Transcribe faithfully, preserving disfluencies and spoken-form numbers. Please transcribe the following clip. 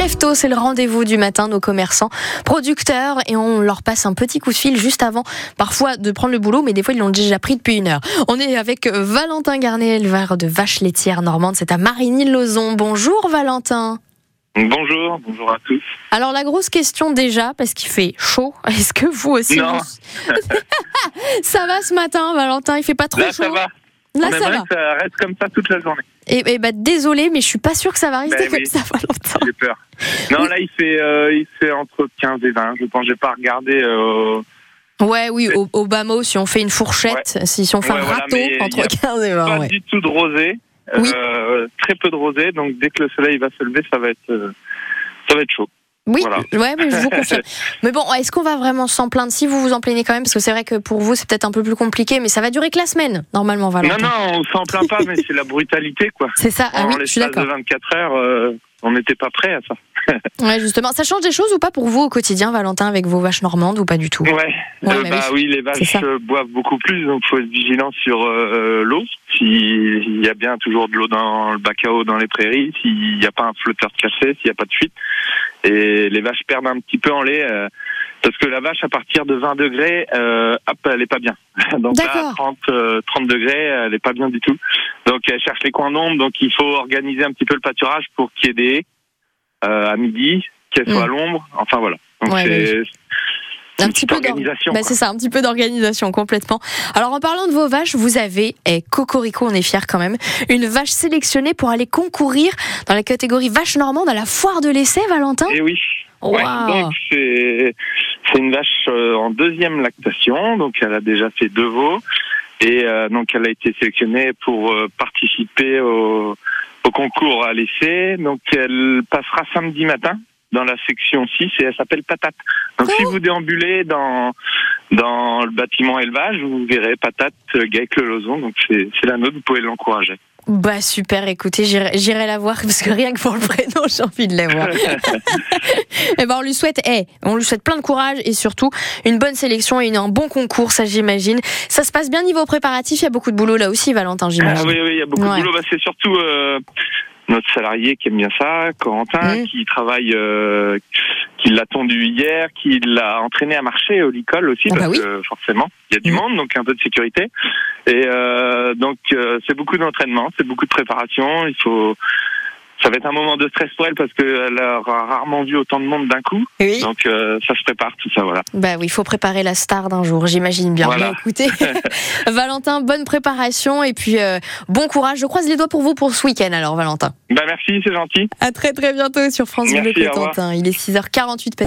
lèvent tôt, c'est le rendez-vous du matin, nos commerçants, producteurs, et on leur passe un petit coup de fil juste avant, parfois de prendre le boulot, mais des fois ils l'ont déjà pris depuis une heure. On est avec Valentin Garnet, éleveur de vaches laitières normandes, c'est à Marigny-Lauzon. Bonjour Valentin. Bonjour, bonjour à tous. Alors la grosse question déjà, parce qu'il fait chaud, est-ce que vous aussi... Non. Vous... ça va ce matin Valentin, il fait pas trop Là, chaud? ça va. Là, on ça aimerait va. que ça reste comme ça toute la journée. Et, et bah, désolé, mais je suis pas sûre que ça va rester Ben comme oui. ça, Valentin. J'ai peur. Non, Oui. là, il fait, euh, il fait entre quinze et vingt. Je pense, j'ai pas regardé. Euh... Ouais, oui, au, au bas mot, si on fait une fourchette, Ouais. si, si on fait Ouais, un voilà, râteau mais entre y a quinze et vingt. Pas Ouais. du tout de rosée. Oui. Euh, très peu de rosée. Donc, dès que le soleil va se lever, ça va être, euh, ça va être chaud. Oui, Voilà. ouais, mais je vous confirme. Mais bon, est-ce qu'on va vraiment s'en plaindre? Si vous vous en plaignez quand même, parce que c'est vrai que pour vous, c'est peut-être un peu plus compliqué, mais ça va durer que la semaine, normalement, Valentin. Non, non, on s'en plaint pas, mais c'est la brutalité, quoi. C'est ça, ah En oui, je suis l'espace d'accord. de vingt-quatre heures, euh, on n'était pas prêt à ça. Ouais, justement. Ça change des choses ou pas pour vous au quotidien, Valentin, avec vos vaches normandes ou pas du tout? Ouais, Ouais, euh, mais bah oui. oui, les C'est ça. vaches euh, boivent beaucoup plus, donc faut être vigilant sur euh, l'eau. S'il y a bien toujours de l'eau dans le bac à eau dans les prairies, s'il n'y a pas un flotteur de café, s'il n'y a pas de fuite. Et les vaches perdent un petit peu en lait, euh, parce que la vache, à partir de vingt degrés, euh, hop, elle est pas bien. Donc là, D'accord. à trente, euh, trente degrés, elle est pas bien du tout. Donc elle cherche les coins d'ombre, donc il faut organiser un petit peu le pâturage pour qu'il y ait des haies euh, à midi, qu'elles soient Mm. à l'ombre. Enfin voilà. Donc Ouais, c'est oui. une Un petit petite peu d'or- organisation. Bah, quoi. c'est ça, un petit peu d'organisation complètement. Alors en parlant de vos vaches, vous avez, et Cocorico, on est fiers quand même, une vache sélectionnée pour aller concourir dans la catégorie vache normande à la foire de l'essai, Valentin. Et oui. Ouais, Waouh. donc c'est c'est une vache euh, en deuxième lactation, donc elle a déjà fait deux veaux et euh, donc elle a été sélectionnée pour euh, participer au, au concours à l'essai. Donc elle passera samedi matin dans la section six et elle s'appelle Patate. Donc Oh. si vous déambulez dans dans le bâtiment élevage, vous verrez Patate euh, Gaëc le Lauzon. Donc c'est c'est la nôtre, vous pouvez l'encourager. Bah super, écoutez, j'irai, j'irai la voir parce que rien que pour le prénom, j'ai envie de la voir. Et ben on lui souhaite, eh, on lui souhaite plein de courage et surtout une bonne sélection et une, un bon concours, ça j'imagine. Ça se passe bien niveau préparatif, il y a beaucoup de boulot là aussi, Valentin, Ah j'imagine. oui, oui, il y a beaucoup Ouais. de boulot. Bah, c'est surtout euh, notre salarié qui aime bien ça, Corentin, Mmh. qui travaille, euh, qui l'a tondu hier, qui l'a entraîné à marcher au licol aussi, Ah bah parce oui. que forcément, il y a du Mmh. monde, donc un peu de sécurité. Et euh, donc, euh, c'est beaucoup d'entraînement, c'est beaucoup de préparation. Il faut... Ça va être un moment de stress pour elle parce qu'elle a rarement vu autant de monde d'un coup. Oui. Donc, euh, ça se prépare, tout ça, voilà. Bah oui, il faut préparer la star d'un jour, j'imagine bien. Voilà. Bah, écoutez, Valentin, bonne préparation et puis euh, bon courage. Je croise les doigts pour vous pour ce week-end alors, Valentin. Bah, merci, c'est gentil. À très très bientôt sur France Bleu Merci, au revoir. Cotentin. Il est six heures quarante-huit.